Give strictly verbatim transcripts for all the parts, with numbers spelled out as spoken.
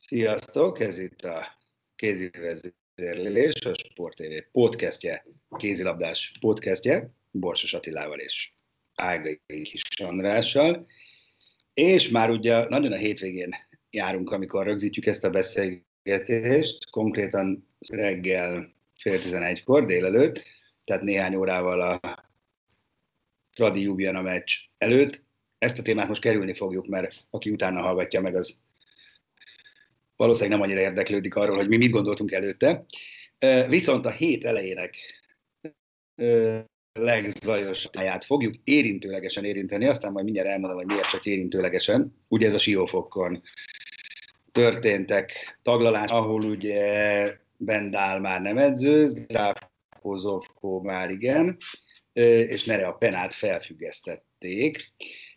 Sziasztok! Ez itt a Kézi Vezérlés, a Sport té vé podcastje, kézilabdás podcastje, Borsos Attilával és Ágai Kis Andrással. És már ugye nagyon a hétvégén járunk, amikor rögzítjük ezt a beszélgetést, konkrétan reggel fél tizenegykor délelőtt, tehát néhány órával a Fradi Ljubljana meccs előtt. Ezt a témát most kerülni fogjuk, mert aki utána hallgatja meg, az valószínűleg nem annyira érdeklődik arról, hogy mi mit gondoltunk előtte. Viszont a hét elejének legzajosabbját fogjuk érintőlegesen érinteni, aztán majd mindjárt elmondom, hogy miért csak érintőlegesen. Ugye ez a Siófokon történtek taglalás, ahol ugye Bendál már nem edző, Zdravko Zovko már igen, és Nerea Penát felfüggesztették.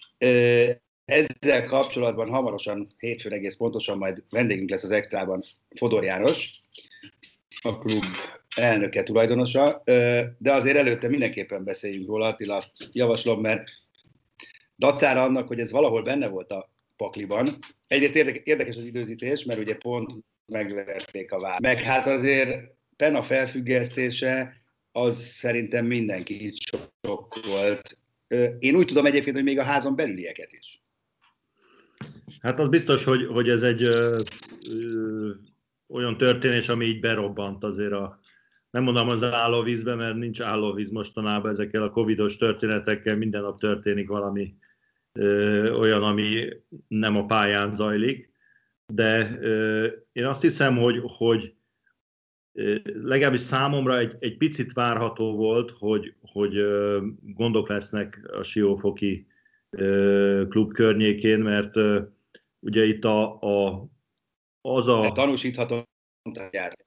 Ezzel kapcsolatban hamarosan, hétfőn egész pontosan majd vendégünk lesz az Extrában Fodor János, a klub elnöke, tulajdonosa, de azért előtte mindenképpen beszéljünk róla, Attila, azt javaslom, mert dacára annak, hogy ez valahol benne volt a pakliban. Egyrészt érdekes az időzítés, mert ugye pont megverték a vált. Meg hát azért Pena felfüggesztése, az szerintem mindenki sok volt. Én úgy tudom egyébként, hogy még a házon belülieket is. Hát az biztos, hogy, hogy ez egy ö, ö, olyan történés, ami így berobbant azért a, nem mondom az állóvízbe, mert nincs állóvíz mostanában ezekkel a covidos történetekkel, minden nap történik valami ö, olyan, ami nem a pályán zajlik, de ö, én azt hiszem, hogy, hogy ö, legalábbis számomra egy, egy picit várható volt, hogy, hogy ö, gondok lesznek a siófoki ö, klub környékén, mert ö, ugye itt a, a, az a... De tanúsíthatom, tehát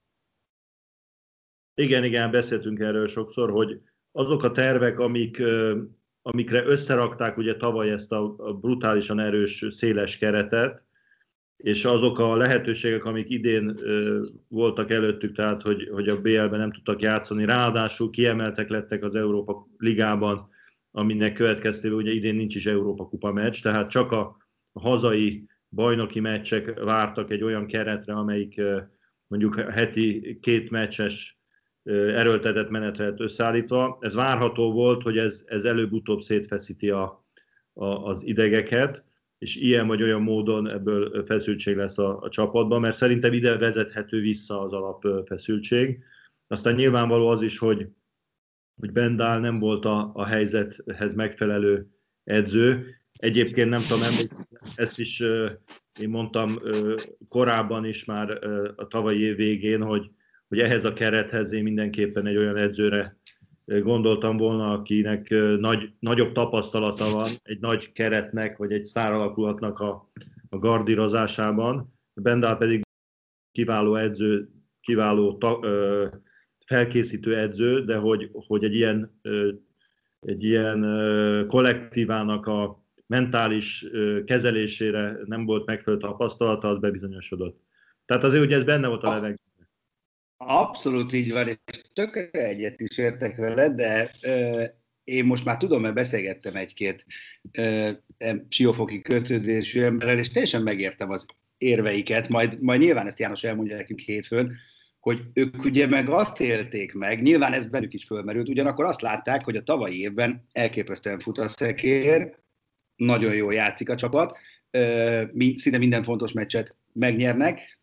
Igen, igen, beszéltünk erről sokszor, hogy azok a tervek, amik, amikre összerakták ugye tavaly ezt a, a brutálisan erős, széles keretet, és azok a lehetőségek, amik idén voltak előttük, tehát hogy, hogy a bé el-ben nem tudtak játszani, ráadásul kiemeltek lettek az Európa Ligában, aminek következtében ugye idén nincs is Európa Kupa meccs, tehát csak a, a hazai bajnoki meccsek vártak egy olyan keretre, amelyik mondjuk heti két meccses erőltetett menetre lett összeállítva. Ez várható volt, hogy ez, ez előbb-utóbb szétfeszíti a, a, az idegeket, és ilyen vagy olyan módon ebből feszültség lesz a, a csapatban, mert szerintem ide vezethető vissza az alapfeszültség. Aztán nyilvánvaló az is, hogy, hogy Bendál nem volt a, a helyzethez megfelelő edző. Egyébként nem tudom, emlékszem, ezt is én mondtam korábban is már a tavalyi év végén, hogy, hogy ehhez a kerethez én mindenképpen egy olyan edzőre gondoltam volna, akinek nagy, nagyobb tapasztalata van egy nagy keretnek, vagy egy sztáralakulatnak a, a gardírozásában. Bendál pedig kiváló edző, kiváló ta, ö, felkészítő edző, de hogy, hogy egy ilyen, ö, egy ilyen ö, kollektívának a mentális ö, kezelésére nem volt megfelelő tapasztalata, az bebizonyosodott. Tehát azért ugye ez benne volt a levegőben. Abszolút így van, és tökre egyet is értek vele, de ö, én most már tudom, mert beszélgettem egy-két ö, siófoki kötődésű emberrel, és teljesen megértem az érveiket, majd, majd nyilván ezt János elmondja nekünk hétfőn, hogy ők ugye meg azt élték meg, nyilván ez bennük is fölmerült, ugyanakkor azt látták, hogy a tavalyi évben elképesztően fut a szekér, nagyon jól játszik a csapat, ö, mi, szinte minden fontos meccset megnyernek,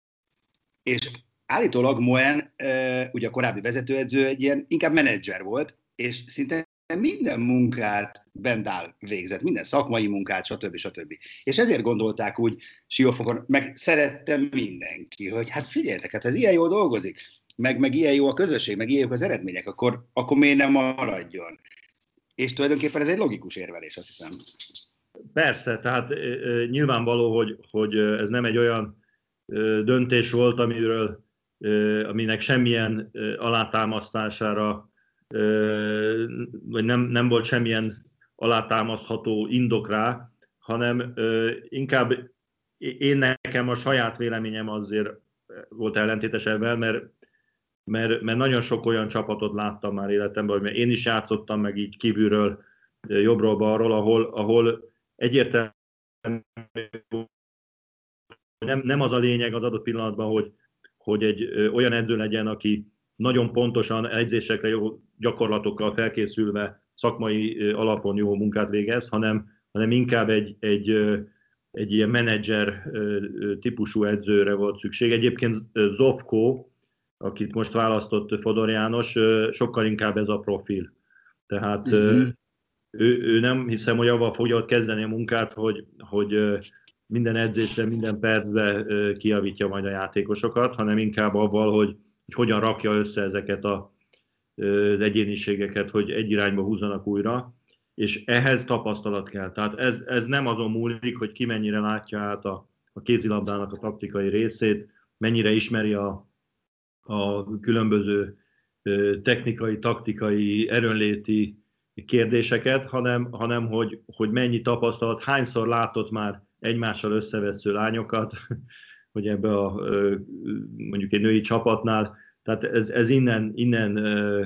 és állítólag Moen, ugye a korábbi vezetőedző, egy ilyen inkább menedzser volt, és szinte minden munkát Bendál végzett, minden szakmai munkát, stb. stb. És ezért gondolták úgy Siófokon, meg szerette mindenki, hogy hát figyeljetek, hát ez ilyen jól dolgozik, meg, meg ilyen jó a közösség, meg ilyen jók az eredmények, akkor, akkor miért nem maradjon? És tulajdonképpen ez egy logikus érvelés, azt hiszem. Persze, tehát e, e, nyilvánvaló, hogy, hogy ez nem egy olyan e, döntés volt, amiről aminek semmilyen alátámasztására, vagy nem, nem volt semmilyen alátámasztható indok rá, hanem inkább én nekem a saját véleményem azért volt ellentétes ebben, mert, mert, mert nagyon sok olyan csapatot láttam már életemben, hogy én is játszottam meg így kívülről, jobbról-balról, ahol, ahol egyértelműen nem, nem az a lényeg az adott pillanatban, hogy, hogy egy olyan edző legyen, aki nagyon pontosan edzésekre, jó gyakorlatokkal felkészülve szakmai alapon jó munkát végez, hanem, hanem inkább egy, egy, egy ilyen menedzser típusú edzőre volt szükség. Egyébként Zovko, akit most választott Fodor János, sokkal inkább ez a profil. Tehát uh-huh. ő, ő nem hiszem, hogy avval fogja ott kezdeni a munkát, hogy, hogy minden edzésre, minden percben kijavítja majd a játékosokat, hanem inkább avval, hogy, hogy hogyan rakja össze ezeket a, az egyéniségeket, hogy egy irányba húzzanak újra, és ehhez tapasztalat kell. Tehát ez, ez nem azon múlik, hogy ki mennyire látja át a, a kézilabdának a taktikai részét, mennyire ismeri a, a különböző technikai, taktikai, erőnléti kérdéseket, hanem, hanem hogy, hogy mennyi tapasztalat, hányszor látott már egymással összevesző lányokat, hogy ebbe a mondjuk egy női csapatnál, tehát ez, ez innen, innen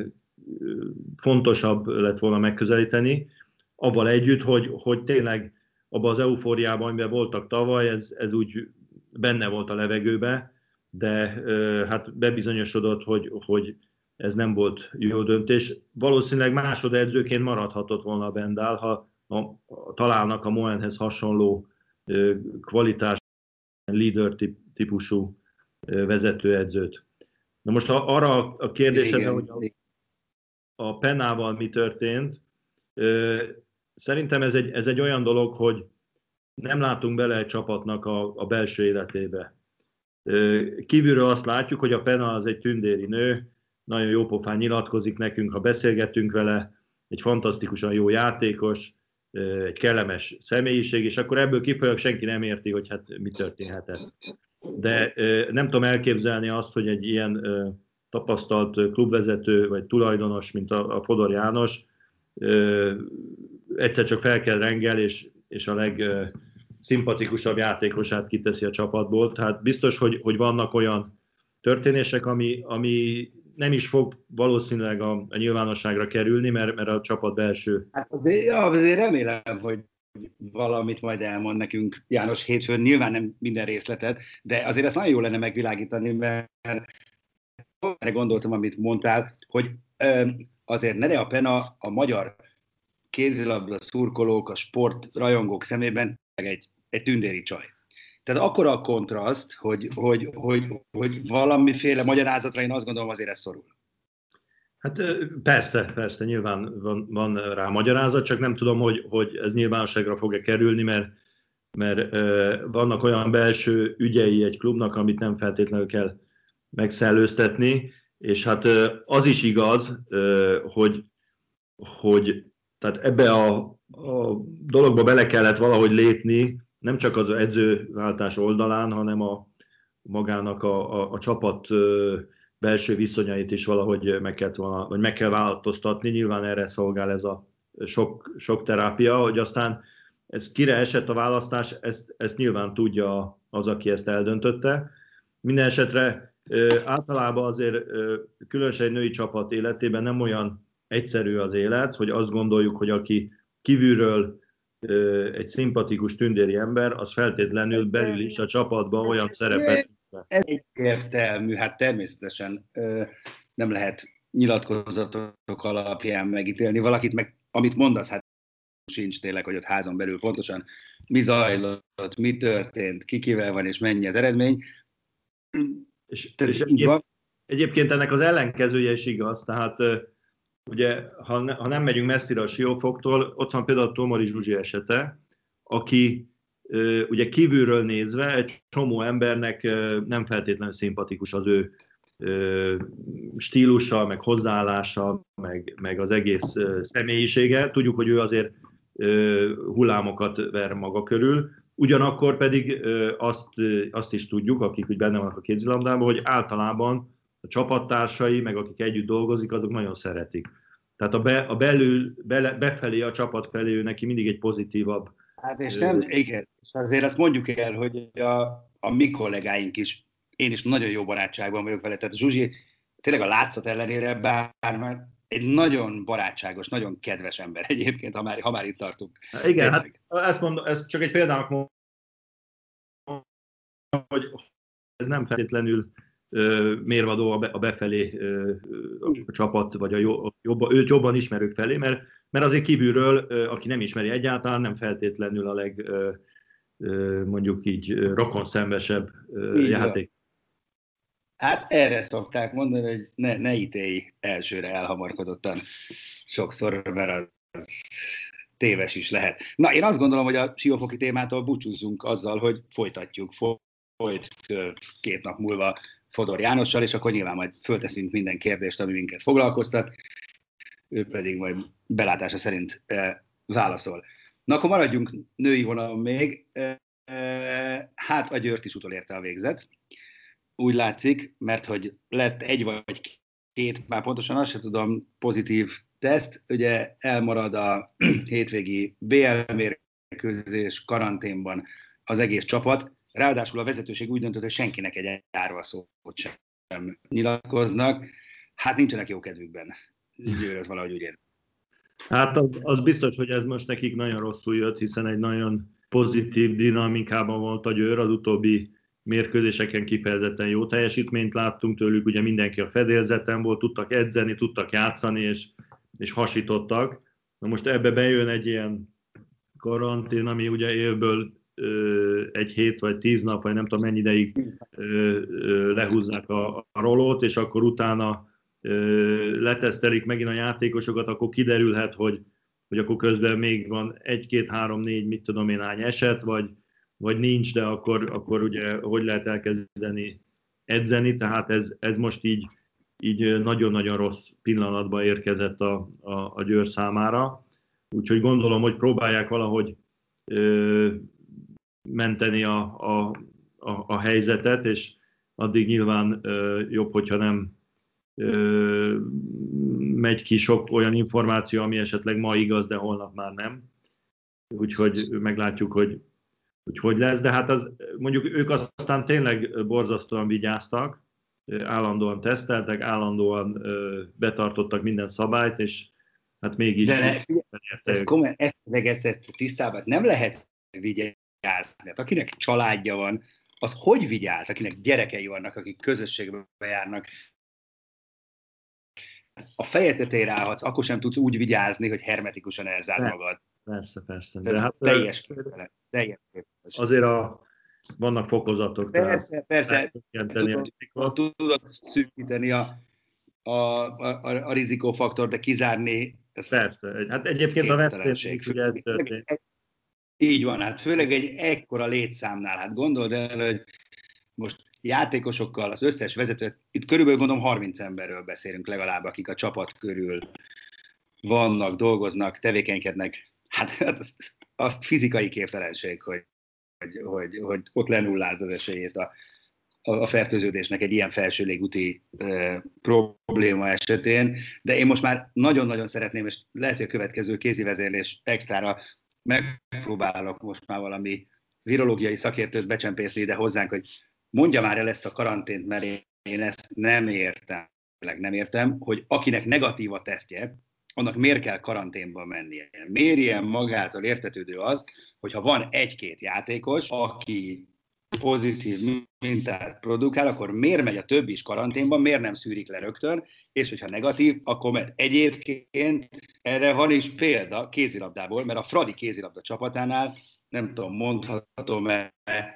fontosabb lett volna megközelíteni, avval együtt, hogy, hogy tényleg abban az eufóriában, amiben voltak tavaly, ez, ez úgy benne volt a levegőbe, de hát bebizonyosodott, hogy, hogy ez nem volt jó döntés. Valószínűleg másodedzőként maradhatott volna a Bendál, ha a, a, találnak a Moenhez hasonló kvalitás leader típusú vezetőedzőt. Na most ha arra a kérdésedre, hogy a, a Penával mi történt, szerintem ez egy, ez egy olyan dolog, hogy nem látunk bele egy csapatnak a, a belső életébe. Kívülről azt látjuk, hogy a Pena az egy tündéri nő, nagyon jópofán nyilatkozik nekünk, ha beszélgetünk vele, egy fantasztikusan jó játékos, egy kellemes személyiség, és akkor ebből kifolyólag senki nem érti, hogy hát mi történhetett. De nem tudom elképzelni azt, hogy egy ilyen tapasztalt klubvezető, vagy tulajdonos, mint a Fodor János, egyszer csak fel kell rengel, és, és a legszimpatikusabb játékosát kiteszi a csapatból. Tehát biztos, hogy, hogy vannak olyan történések, ami, ami nem is fog valószínűleg a, a nyilvánosságra kerülni, mert, mert a csapat belső. Hát azért, ja, azért remélem, hogy valamit majd elmond nekünk János hétfőn, nyilván nem minden részletet, de azért ezt nagyon jó lenne megvilágítani, mert erre gondoltam, amit mondtál, hogy azért Nerea Pena a magyar kézilabda szurkolók, a sport rajongók szemében egy, egy tündéri csaj. Tehát akkora a kontraszt, hogy, hogy, hogy, hogy valamiféle magyarázatra én azt gondolom azért ez szorul. Hát persze, persze, nyilván van, van rá magyarázat, csak nem tudom, hogy, hogy ez nyilvánosságra fog-e kerülni, mert, mert vannak olyan belső ügyei egy klubnak, amit nem feltétlenül kell megszellőztetni, és hát az is igaz, hogy, hogy tehát ebbe a, a dologba bele kellett valahogy lépni, nem csak az edzőváltás oldalán, hanem a magának a, a, a csapat belső viszonyait is valahogy meg kell, volna, vagy meg kell változtatni. Nyilván erre szolgál ez a sok, sok terápia, hogy aztán ez kire esett a választás, ezt, ezt nyilván tudja az, aki ezt eldöntötte. Minden esetre általában azért különösen egy női csapat életében nem olyan egyszerű az élet, hogy azt gondoljuk, hogy aki kívülről egy szimpatikus tündéri ember, az feltétlenül belül is a csapatban olyan szerepet. Egyértelmű, hát természetesen nem lehet nyilatkozatok alapján megítélni valakit, meg amit mondasz, hát sincs tényleg, hogy ott házon belül pontosan mi zajlott, mi történt, ki kivel van és mennyi az eredmény. És, és egyéb, egyébként ennek az ellenkezője is igaz, tehát ugye, ha, ne, ha nem megyünk messzire a Siófoktól, ott van például Tomori Zsuzsi esete, aki ugye kívülről nézve egy csomó embernek nem feltétlenül szimpatikus az ő stílusa, meg hozzáállása, meg, meg az egész személyisége. Tudjuk, hogy ő azért hullámokat ver maga körül. Ugyanakkor pedig azt, azt is tudjuk, akik úgy benne vannak a kézilabdában, hogy általában a csapattársai, meg akik együtt dolgozik, azok nagyon szeretik. Tehát a, be, a belül, be, befelé, a csapat felé ő neki mindig egy pozitívabb. Hát és nem, igen, és azért azt mondjuk el, hogy a, a mi kollégáink is, én is nagyon jó barátságban vagyok vele, tehát Zsuzsi tényleg a látszat ellenére, bár már egy nagyon barátságos, nagyon kedves ember egyébként, ha már, ha már itt tartunk. Igen, tényleg. Hát ezt mondom, ez csak egy példának mondom, hogy ez nem feltétlenül mérvadó a befelé a csapat, vagy a jobb, őt jobban ismerők felé, mert, mert azért kívülről, aki nem ismeri egyáltalán, nem feltétlenül a leg, mondjuk így rokonszenvesebb játék. Hát erre szokták mondani, hogy ne, ne ítélj elsőre elhamarkodottan sokszor, mert az téves is lehet. Na, én azt gondolom, hogy a siófoki témától búcsúzzunk azzal, hogy folytatjuk, folyt két nap múlva Fodor Jánossal, és akkor nyilván majd fölteszünk minden kérdést, ami minket foglalkoztat, ő pedig majd belátása szerint e, válaszol. Na, akkor maradjunk női vonalon még. E, e, hát a Győrt is utolérte a végzet. Úgy látszik, mert hogy lett egy vagy két, már pontosan azt sem tudom, pozitív teszt, ugye elmarad a hétvégi bé el mérkőzés karanténban az egész csapat, ráadásul a vezetőség úgy döntött, hogy senkinek egy árva szót sem nyilatkoznak, hát nincsenek jó kedvükben. Győröt valahogy úgy érzem. Hát az, az biztos, hogy ez most nekik nagyon rosszul jött, hiszen egy nagyon pozitív dinamikában volt a Győr, az utóbbi mérkőzéseken kifejezetten jó teljesítményt láttunk tőlük, ugye mindenki a fedélzeten volt, tudtak edzeni, tudtak játszani, és, és hasítottak. Na most ebbe bejön egy ilyen karantén, ami ugye évből ö, egy hét vagy tíz nap, vagy nem tudom mennyi ideig ö, ö, lehúzzák a, a rolót, és akkor utána ö, letesztelik megint a játékosokat, akkor kiderülhet, hogy, hogy akkor közben még van egy, két, három, négy, mit tudom én hány eset, vagy vagy nincs, de akkor, akkor ugye hogy lehet elkezdeni edzeni, tehát ez, ez most így, így nagyon-nagyon rossz pillanatban érkezett a, a, a Győr számára. Úgyhogy gondolom, hogy próbálják valahogy ö, menteni a, a, a, a helyzetet, és addig nyilván ö, jobb, hogyha nem ö, megy ki sok olyan információ, ami esetleg ma igaz, de holnap már nem. Úgyhogy meglátjuk, hogy hogy hogy lesz, de hát az, mondjuk ők aztán tényleg borzasztóan vigyáztak, állandóan teszteltek, állandóan betartottak minden szabályt, és hát mégis... De ne, ez komolyan, ezt tisztában nem lehet vigyázni. Hát akinek családja van, az hogy vigyáz, akinek gyerekei vannak, akik közösségbe járnak. A fejed tetejére állhatsz, akkor sem tudsz úgy vigyázni, hogy hermetikusan elzárd persze, magad. Persze, persze. De hát, teljes képtelen. Teljes képtelen. Azért a, vannak fokozatok. Persze, persze. Tudod, tudod szűkíteni a, a, a, a rizikófaktor, de kizárni... Persze. Hát egyébként a Veszprémben ugye ez történt. Így van, hát főleg egy ekkora létszámnál. Hát gondold el, hogy most játékosokkal, az összes vezető, itt körülbelül gondolom harminc emberről beszélünk legalább, akik a csapat körül vannak, dolgoznak, tevékenykednek. Hát, hát azt, azt fizikai képtelenség, hogy, hogy, hogy, hogy ott lenulláz az esélyét a, a fertőződésnek egy ilyen felső légúti e, probléma esetén. De én most már nagyon-nagyon szeretném, és lehet, hogy a következő kézivezérlés extrára megpróbálok most már valami virológiai szakértőt becsempészni ide hozzánk, hogy mondja már el ezt a karantént, mert én ezt nem értem, nem értem, hogy akinek negatív a tesztje, annak miért kell karanténba mennie. Miért ilyen magától értetődő az, hogyha van egy-két játékos, aki pozitív mintát produkál, akkor miért megy a többi is karanténba, miért nem szűrik le rögtön, és hogyha negatív, akkor mert egyébként erre van is példa kézilabdából, mert a Fradi kézilabda csapatánál, nem tudom, mondhatom-e,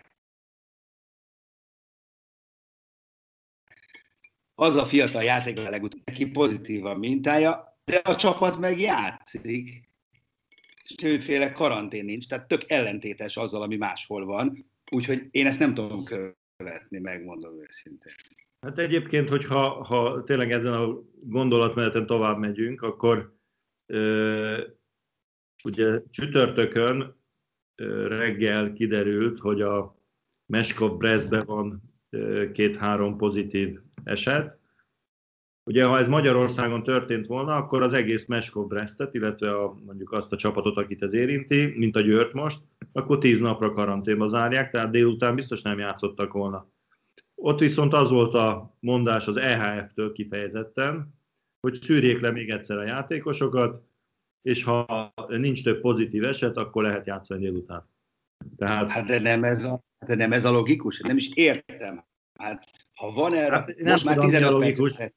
az a fiatal játékos a legutóbb, neki pozitív a mintája, de a csapat meg játszik, sőtféle karantén nincs, tehát tök ellentétes azzal, ami máshol van, úgyhogy én ezt nem tudom követni, megmondom őszintén. Hát egyébként, hogyha ha tényleg ezen a gondolatmeneten tovább megyünk, akkor ö, ugye csütörtökön ö, reggel kiderült, hogy a Meskov Brestben van ö, két-három pozitív eset. Ugye, ha ez Magyarországon történt volna, akkor az egész Meskov Brestet, illetve a, mondjuk azt a csapatot, akit ez érinti, mint a Győrt most, akkor tíz napra karanténba zárják, tehát délután biztos nem játszottak volna. Ott viszont az volt a mondás az é há ef-től kifejezetten, hogy szűrjék le még egyszer a játékosokat, és ha nincs több pozitív eset, akkor lehet játszani délután. Tehát... Hát de nem ez a, de nem ez a logikus, nem is értem. Hát ha van erre, hát nem most már tizenöt logikus. percet.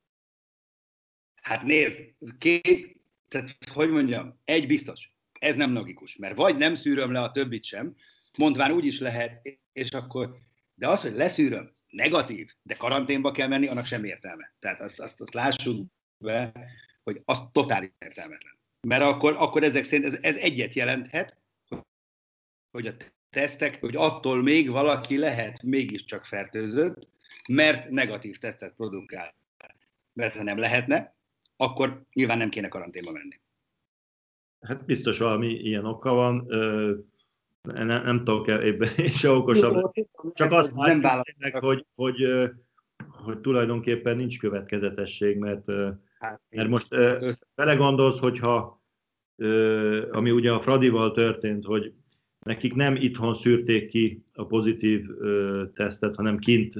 Hát nézd, két, tehát hogy mondjam, egy biztos, ez nem logikus, mert vagy nem szűröm le a többit sem, mondván úgy is lehet, és akkor, de az, hogy leszűröm, negatív, de karanténba kell menni, annak sem értelme. Tehát azt, azt, azt lássuk be, hogy az totális értelmetlen. Mert akkor, akkor ezek szerint ez, ez egyet jelenthet, hogy a tesztek, hogy attól még valaki lehet mégiscsak fertőzött, mert negatív tesztet produkál. Mert ha nem lehetne, akkor nyilván nem kéne karanténba menni. Hát biztos valami ilyen oka van. Nem, nem tudok ebben se okosabb. Csak azt látjuk, hogy, hogy, hogy tulajdonképpen nincs következetesség, mert, mert most belegondolsz, hogyha ami ugye a Fradival történt, hogy nekik nem itthon szűrték ki a pozitív tesztet, hanem kint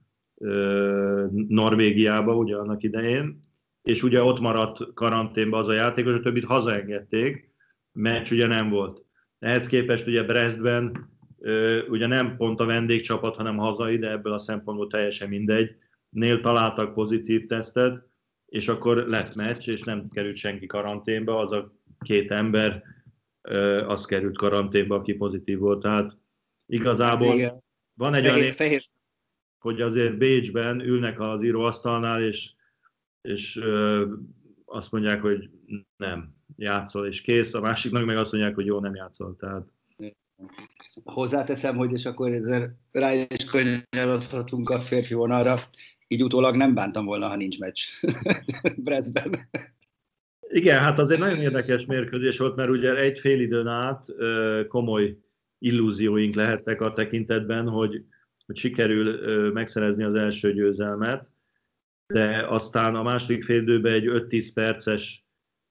Norvégiába, ugye annak idején, és ugye ott maradt karanténba az a játékos, a többit hazaengedték, meccs ugye nem volt. Ehhez képest ugye Brestben ugye nem pont a vendégcsapat, hanem hazai, de ebből a szempontból teljesen mindegy. Nél találtak pozitív tesztet, és akkor lett meccs, és nem került senki karanténba, az a két ember, az került karanténba, aki pozitív volt. Tehát igazából hát van egy fehér, olyan fehér. hogy azért Bécsben ülnek az íróasztalnál, és, és ö, azt mondják, hogy nem, játszol, és kész, a másiknak meg azt mondják, hogy jó, nem játszol. Tehát... Hozzáteszem, hogy és akkor ezzel rá is kanyarodhatunk a férfi vonalra, így utólag nem bántam volna, ha nincs meccs Brestben. Igen, hát azért nagyon érdekes mérkőzés volt, mert ugye egy fél időn át komoly illúzióink lehettek a tekintetben, hogy, hogy sikerül megszerezni az első győzelmet, de aztán a második fél időben egy öt-tíz perces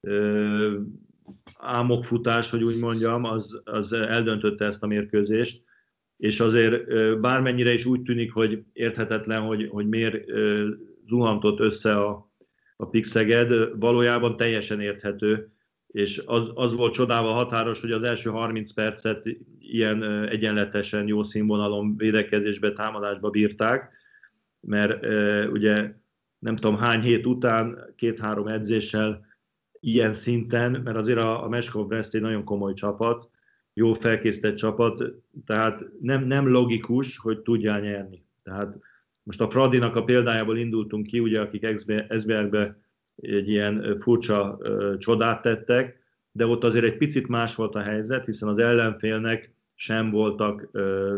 álmokfutás, hogy úgy mondjam, az, az eldöntötte ezt a mérkőzést, és azért bármennyire is úgy tűnik, hogy érthetetlen, hogy, hogy miért zuhantott össze a a Pixeged, valójában teljesen érthető, és az, az volt csodával határos, hogy az első harminc percet ilyen egyenletesen jó színvonalon védekezésbe, támadásba bírták, mert e, ugye nem tudom hány hét után, két-három edzéssel ilyen szinten, mert azért a, a Meskov Brest egy nagyon komoly csapat, jó felkészített csapat, tehát nem, nem logikus, hogy tudjál nyerni. Tehát most a Fradinak a példájából indultunk ki, ugye, akik Esbjergbe egy ilyen furcsa ö, csodát tettek, de ott azért egy picit más volt a helyzet, hiszen az ellenfélnek sem voltak ö,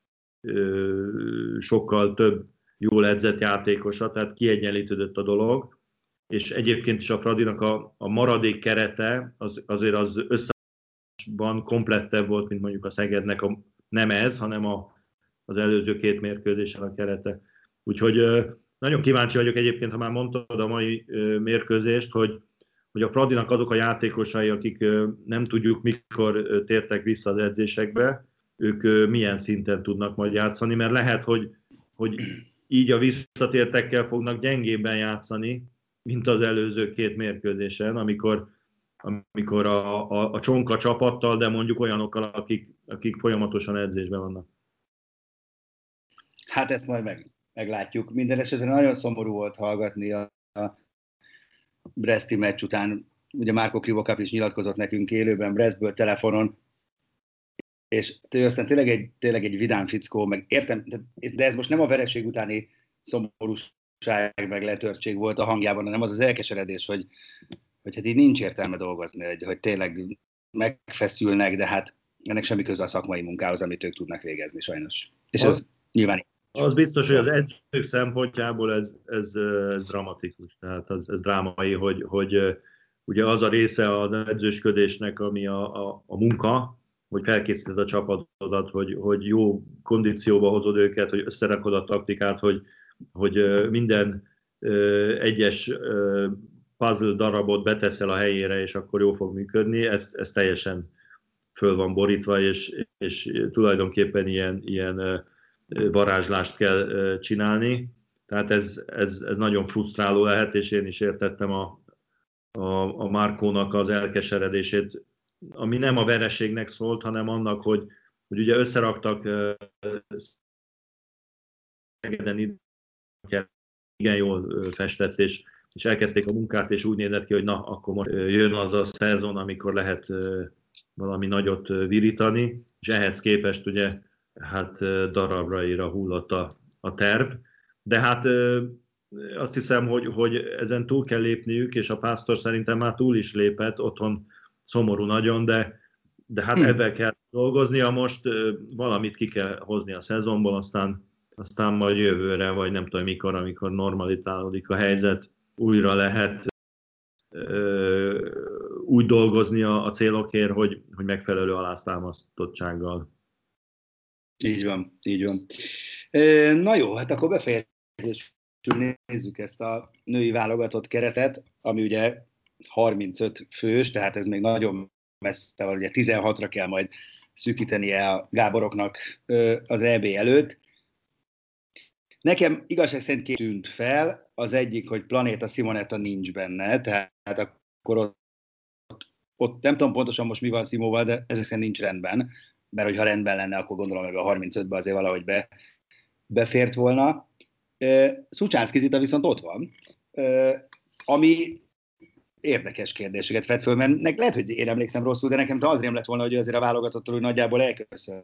ö, sokkal több jól edzett játékosa, tehát kiegyenlítődött a dolog, és egyébként is a Fradinak a, a maradék kerete az, azért az összeállásban komplettebb volt, mint mondjuk a Szegednek a, nem ez, hanem a az előző két mérkőzésen a kerete. Úgyhogy nagyon kíváncsi vagyok egyébként, ha már mondtad a mai mérkőzést, hogy, hogy a Fradinak azok a játékosai, akik nem tudjuk mikor tértek vissza az edzésekbe, ők milyen szinten tudnak majd játszani, mert lehet, hogy, hogy így a visszatértekkel fognak gyengébben játszani, mint az előző két mérkőzésen, amikor, amikor a, a, a csonka csapattal, de mondjuk olyanokkal, akik, akik folyamatosan edzésben vannak. Hát ezt majd meg, meglátjuk. Minden esetre nagyon szomorú volt hallgatni a, a breszti meccs után. Ugye Márko Krivokap is nyilatkozott nekünk élőben Brestből telefonon, és ő aztán tényleg egy, tényleg egy vidám fickó, meg értem, de ez most nem a vereség utáni szomorúság meg letörtség volt a hangjában, hanem az az elkeseredés, hogy, hogy hát így nincs értelme dolgozni, hogy, hogy tényleg megfeszülnek, de hát ennek semmi köze a szakmai munkához, amit ők tudnak végezni sajnos. És az, az nyilván... Az biztos, hogy az edzők szempontjából ez, ez, ez dramatikus, tehát az, ez drámai, hogy, hogy ugye az a része az edzősködésnek, ami a, a, a munka, hogy felkészíted a csapatodat, hogy, hogy jó kondícióba hozod őket, hogy összerakod a taktikát, hogy, hogy minden egyes puzzle darabot beteszel a helyére, és akkor jó fog működni, ez, ez teljesen föl van borítva, és, és tulajdonképpen ilyen, ilyen varázslást kell csinálni. Tehát ez, ez, ez nagyon frusztráló lehet, és én is értettem a, a, a Márkónak az elkeseredését, ami nem a vereségnek szólt, hanem annak, hogy, hogy ugye összeraktak Szegeden, igen jól festett, és, és elkezdték a munkát, és úgy nézett ki, hogy na, akkor most jön az a szezon, amikor lehet valami nagyot virítani, és ehhez képest ugye hát darabraira hullott a, a terv. De hát azt hiszem, hogy, hogy ezen túl kell lépniük, és a Pásztor szerintem már túl is lépett, otthon szomorú nagyon, de, de hát hmm. ebben kell dolgoznia most, valamit ki kell hozni a szezonból, aztán, aztán majd jövőre, vagy nem tudom mikor, amikor normalizálódik a helyzet, újra lehet ö, úgy dolgozni a, a célokért, hogy, hogy megfelelő alátámasztottsággal. Így van, így van. Na jó, hát akkor befejezésül nézzük ezt a női válogatott keretet, ami ugye harmincöt fős, tehát ez még nagyon messze van, ugye tizenhatra kell majd szűkítenie a Gáboroknak az é bé előtt. Nekem igazság szerint két tűnt fel, az egyik, hogy Planéta Simonetta nincs benne, tehát akkor ott, ott nem tudom pontosan most mi van Simóval, de ezek szerint nincs rendben, mert hogyha rendben lenne, akkor gondolom, hogy a harmincötben azért valahogy be, befért volna. Szucsánszki Zita viszont ott van, ami érdekes kérdéseket vett föl, mert lehet, hogy én emlékszem rosszul, de nekem az rém lett volna, hogy azért a válogatottól úgy nagyjából elköszön.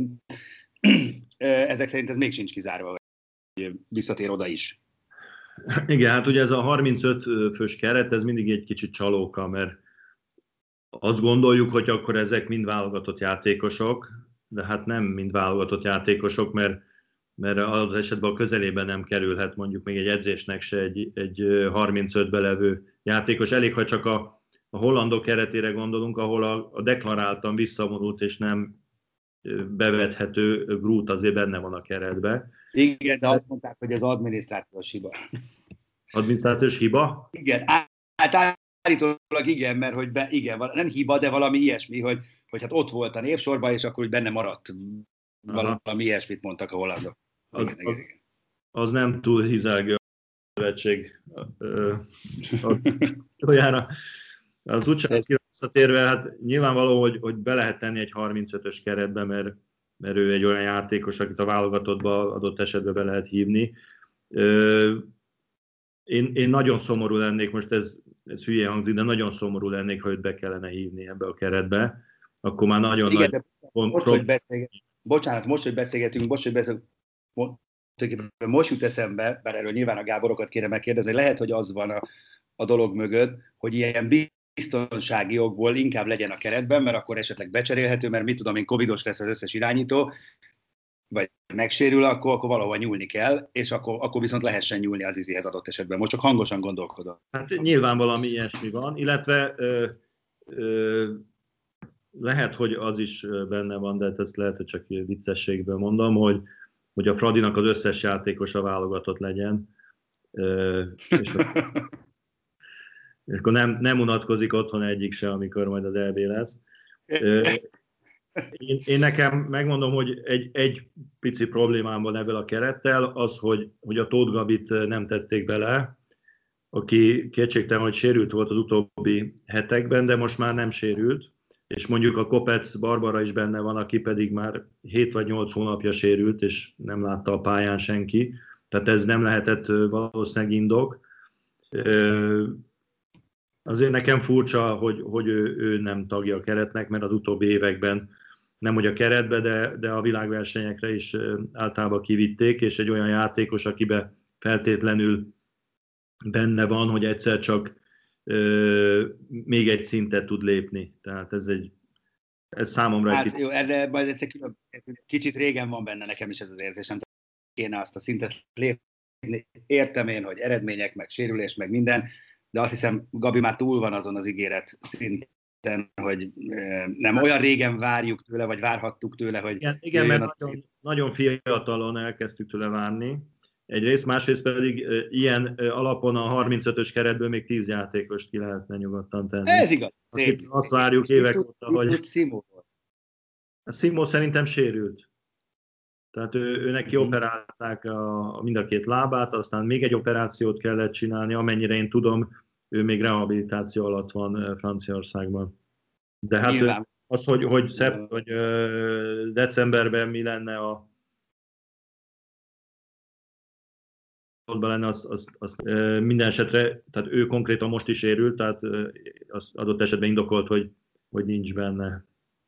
Ezek szerint ez még sincs kizárva, hogy visszatér oda is. Igen, hát ugye ez a harmincöt fős keret, ez mindig egy kicsit csalóka, mert azt gondoljuk, hogy akkor ezek mind válogatott játékosok, de hát nem mind válogatott játékosok, mert, mert az esetben a közelében nem kerülhet mondjuk még egy edzésnek se egy, egy harmincötbe levő játékos. Elég, ha csak a, a hollandok keretére gondolunk, ahol a, a deklaráltan visszavonult és nem bevethető Groot azért benne van a keretbe. Igen, de azt mondták, hogy ez adminisztrációs hiba. Adminisztrációs hiba? Igen, hát állítólag igen, mert hogy be, igen, nem hiba, de valami ilyesmi, hogy, hogy hát ott volt a névsorban, és akkor úgy benne maradt. Valami Aha. ilyesmit mondtak a hollandok. Az, igen, az, igen. az nem túl hizelgő a szövetség olyanra. Az Ucsánszkira visszatérve, hát nyilvánvaló, hogy, hogy be lehet tenni egy harmincötös keretbe, mert, mert ő egy olyan játékos, akit a válogatottba adott esetben be lehet hívni. Én, én nagyon szomorú lennék, most ez, ez hülye hangzik, de nagyon szomorú lennék, ha őt be kellene hívni ebbe a keretbe. Akkor már nagyon igen, nagy... Most, hogy beszélgetünk, bocsánat, most, hogy beszélgetünk, most, hogy beszélgetünk, most jut eszembe, bár erről nyilván a Gáborokat kéne megkérdezni, lehet, hogy az van a, a dolog mögött, hogy ilyen biztonsági okból inkább legyen a keretben, mert akkor esetleg becserélhető, mert mit tudom én, covidos lesz az összes irányító, vagy megsérül, akkor, akkor valahol nyúlni kell, és akkor, akkor viszont lehessen nyúlni az Izihez adott esetben. Most csak hangosan gondolkodom. Hát nyilván valami ilyesmi van, illetve ö, ö, lehet, hogy az is benne van, de ezt lehet, hogy csak viccességből mondom, hogy, hogy a Fradinak az összes játékosa válogatott legyen, ö, és akkor nem, nem unatkozik otthon egyik se, amikor majd az é bé lesz. Ö, Én, én nekem megmondom, hogy egy, egy pici problémám van ebből a kerettel, az, hogy, hogy a Tóth Gabit nem tették bele, aki kétségtelen, hogy sérült volt az utóbbi hetekben, de most már nem sérült, és mondjuk a Kopec Barbara is benne van, aki pedig már hét vagy nyolc hónapja sérült, és nem látta a pályán senki, tehát ez nem lehetett valószínűleg indok. Azért nekem furcsa, hogy, hogy ő, ő nem tagja a keretnek, mert az utóbbi években nem hogy a keretbe, de, de a világversenyekre is általában kivitték, és egy olyan játékos, akiben feltétlenül benne van, hogy egyszer csak ö, még egy szintet tud lépni. Tehát ez egy ez számomra hát egy kicsit... jó, erre majd egyszer külön, kicsit régen van benne nekem is ez az érzésem, kéne azt a szintet lépni. Értem én, hogy eredmények, meg sérülés, meg minden, de azt hiszem, Gabi már túl van azon az ígéret szinten, hogy nem olyan régen várjuk tőle, vagy várhattuk tőle, hogy... Igen, igen mert nagyon, nagyon fiatalon elkezdtük tőle várni. Egyrészt, másrészt pedig ilyen alapon a harmincötös keretből még tíz játékost ki lehetne nyugodtan tenni. Ez igaz. Akit azt várjuk évek óta, hogy... Simó volt. A Simó szerintem sérült. Tehát ő, ő neki operálták a, mind a két lábát, aztán még egy operációt kellett csinálni, amennyire én tudom, ő még rehabilitáció alatt van Franciaországban. De hát ő, Az, hogy, hogy, szep, hogy ö, decemberben mi lenne a lenne, az, az, az ö, minden esetre, tehát ő konkrétan most is érült, tehát ö, az adott esetben indokolt, hogy, hogy nincs benne.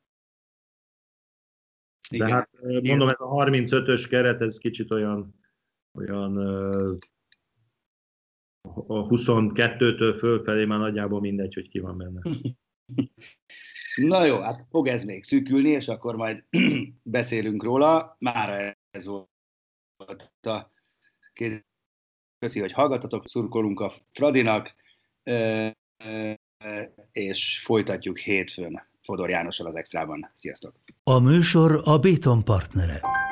De igen, hát mondom, ez a harmincötös keret, ez kicsit olyan, olyan ö, a huszonkettőtől fölfelé már nagyjából mindegy, hogy ki van benne. Na jó, hát fog ez még szűkülni, és akkor majd beszélünk róla. Mára ez volt a két. Köszi, hogy hallgattatok, szurkolunk a Fradinak, és folytatjuk hétfőn Fodor Jánossal az Extrában. Sziasztok! A műsor a Béton partnere.